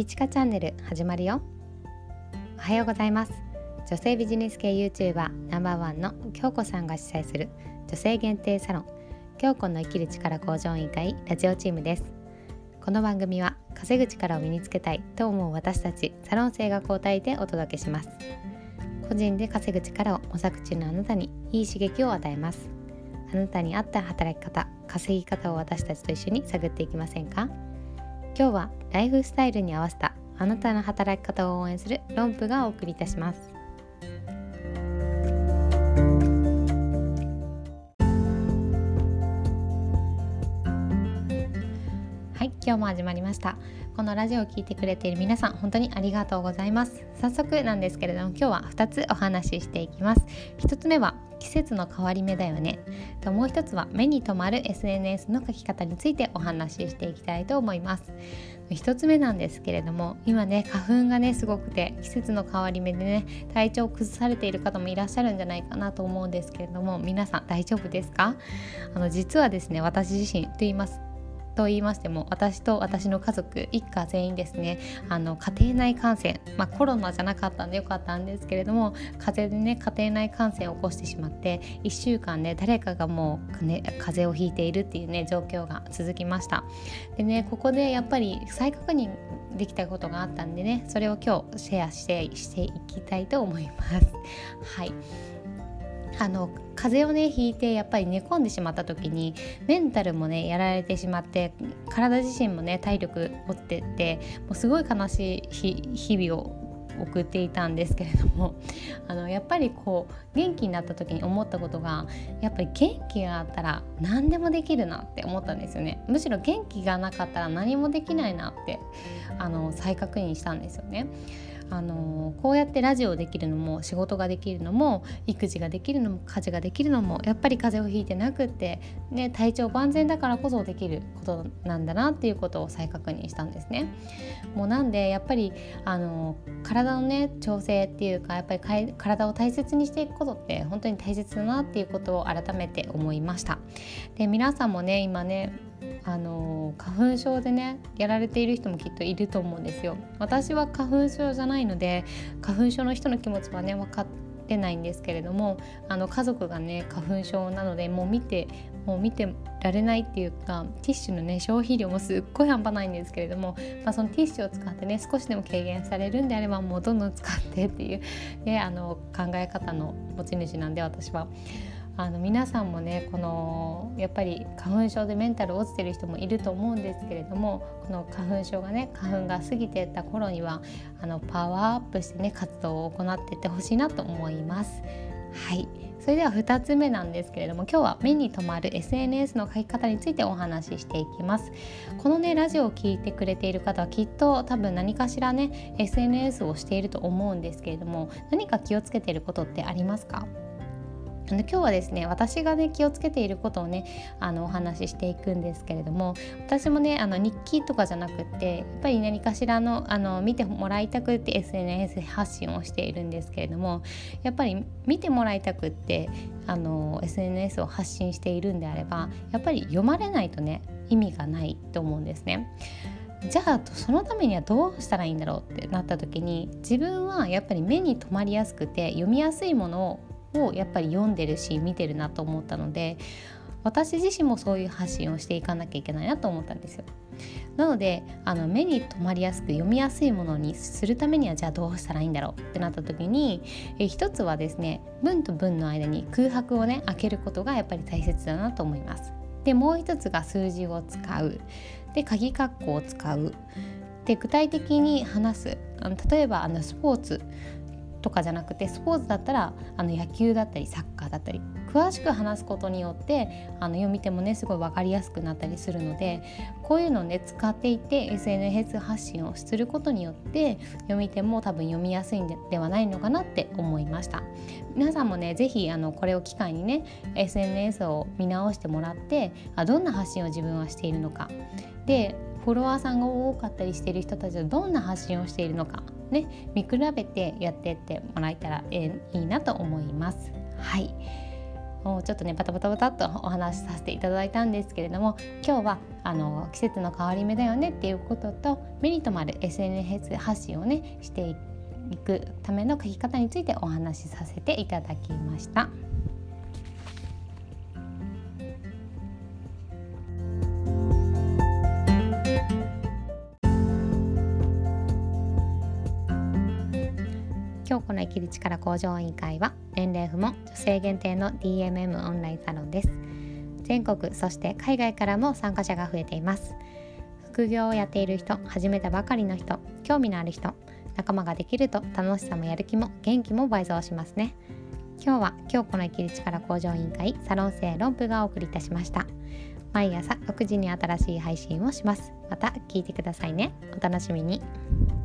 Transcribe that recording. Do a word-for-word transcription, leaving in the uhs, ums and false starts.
駅チカチャンネル始まるよ。おはようございます。女性ビジネス系 YouTuber ナンバーワンの京子さんが主催する女性限定サロン京子の生きる力向上委員会ラジオチームです。この番組は稼ぐ力を身につけたいと思う私たちサロン生が交代でお届けします。個人で稼ぐ力を模索中のあなたにいい刺激を与えます。あなたに合った働き方、稼ぎ方を私たちと一緒に探っていきませんか？今日はライフスタイルに合わせたあなたの働き方を応援するロンプがお送りいたします。はい、今日も始まりました。このラジオを聞いてくれている皆さん、本当にありがとうございます。早速なんですけれども、今日はふたつお話ししていきます。ひとつめは季節の変わり目だよねと、もう一つは目に留まる エスエヌエス の書き方についてお話ししていきたいと思います。ひとつめなんですけれども、今ね花粉がねすごくて、季節の変わり目でね体調を崩されている方もいらっしゃるんじゃないかなと思うんですけれども、皆さん大丈夫ですか？あの実はですね、私自身と言いますと言いましても、私と私の家族一家全員ですね、あの家庭内感染、まあ、コロナじゃなかったんでよかったんですけれども、風邪でね家庭内感染を起こしてしまって、いっしゅうかんね誰かがもう、ね、風邪をひいているっていうね状況が続きました。でね、ここでやっぱり再確認できたことがあったんでね、それを今日シェアしてしていきたいと思います。はい。あの風邪をねひいてやっぱり寝込んでしまった時にメンタルもねやられてしまって、体自身もね体力落ちてって、もうすごい悲しい日、日々を送っていたんですけれども、あのやっぱりこう元気になった時に思ったことが、やっぱり元気があったら何でもできるなって思ったんですよね。むしろ元気がなかったら何もできないなってあの再確認したんですよね。あのこうやってラジオできるのも、仕事ができるのも、育児ができるのも、家事ができるのも、やっぱり風邪をひいてなくって、ね、体調万全だからこそできることなんだなっていうことを再確認したんですね。もうなんでやっぱりあの体のね調整っていうか、やっぱり体を大切にしていくことって本当に大切だなっていうことを改めて思いました。で、皆さんもね今ねあの花粉症でねやられている人もきっといると思うんですよ。私は花粉症じゃないので、花粉症の人の気持ちはね分かってないんですけれども、あの家族がね花粉症なので、もう見てもう見てられないっていうか、ティッシュのね消費量もすっごい半端ないんですけれども、まあ、そのティッシュを使ってね少しでも軽減されるんであれば、もうどんどん使ってっていう、ね、あの考え方の持ち主なんで、私はあの皆さんもねこのやっぱり花粉症でメンタル落ちてる人もいると思うんですけれども、この花粉症がね花粉が過ぎていった頃にはあのパワーアップしてね活動を行っていってほしいなと思います。はい、それではふたつめなんですけれども、今日は目に留まる エスエヌエス の書き方についてお話ししていきます。このねラジオを聞いてくれている方はきっと多分何かしらね エスエヌエス をしていると思うんですけれども、何か気をつけていることってありますか？あの今日はですね、私がね気をつけていることをねあのお話ししていくんですけれども、私もねあの日記とかじゃなくって、やっぱり何かしらのあの見てもらいたくって エスエヌエス 発信をしているんですけれども、やっぱり見てもらいたくってあの エスエヌエス を発信しているんであれば、やっぱり読まれないとね意味がないと思うんですね。じゃあそのためにはどうしたらいいんだろうってなった時に、自分はやっぱり目に留まりやすくて読みやすいものををやっぱり読んでるし見てるなと思ったので、私自身もそういう発信をしていかなきゃいけないなと思ったんですよ。なのであの目に留まりやすく読みやすいものにするためには、じゃあどうしたらいいんだろうってなった時に、え一つはですね、文と文の間に空白をね開けることがやっぱり大切だなと思います。で、もう一つが数字を使う。で、鍵括弧を使う。で、具体的に話す。あの例えばあのスポーツとかじゃなくて、スポーツだったらあの野球だったりサッカーだったり、詳しく話すことによってあの読み手もねすごい分かりやすくなったりするので、こういうのをね使っていて エスエヌエス 発信をすることによって読み手も多分読みやすいん で, ではないのかなって思いました。皆さんもねぜひあのこれを機会にね エスエヌエス を見直してもらって、あどんな発信を自分はしているのかで、フォロワーさんが多かったりしている人たちはどんな発信をしているのかね、見比べてやってってもらえたら、えー、いいなと思います。はい。 をちょっとねバタバタバタっとお話しさせていただいたんですけれども、今日はあの季節の変わり目だよねっていうことと、目に留まる エスエヌエス 発信をねしていくための書き方についてお話しさせていただきました。今日この生きる力向上委員会は、年齢不問女性限定の ディーエムエム オンラインサロンです。全国そして海外からも参加者が増えています。副業をやっている人、始めたばかりの人、興味のある人、仲間ができると楽しさもやる気も元気も倍増しますね。今日は今日この生きる力向上委員会サロン生論布がお送りいたしました。毎朝ろくじに新しい配信をします。また聞いてくださいね。お楽しみに。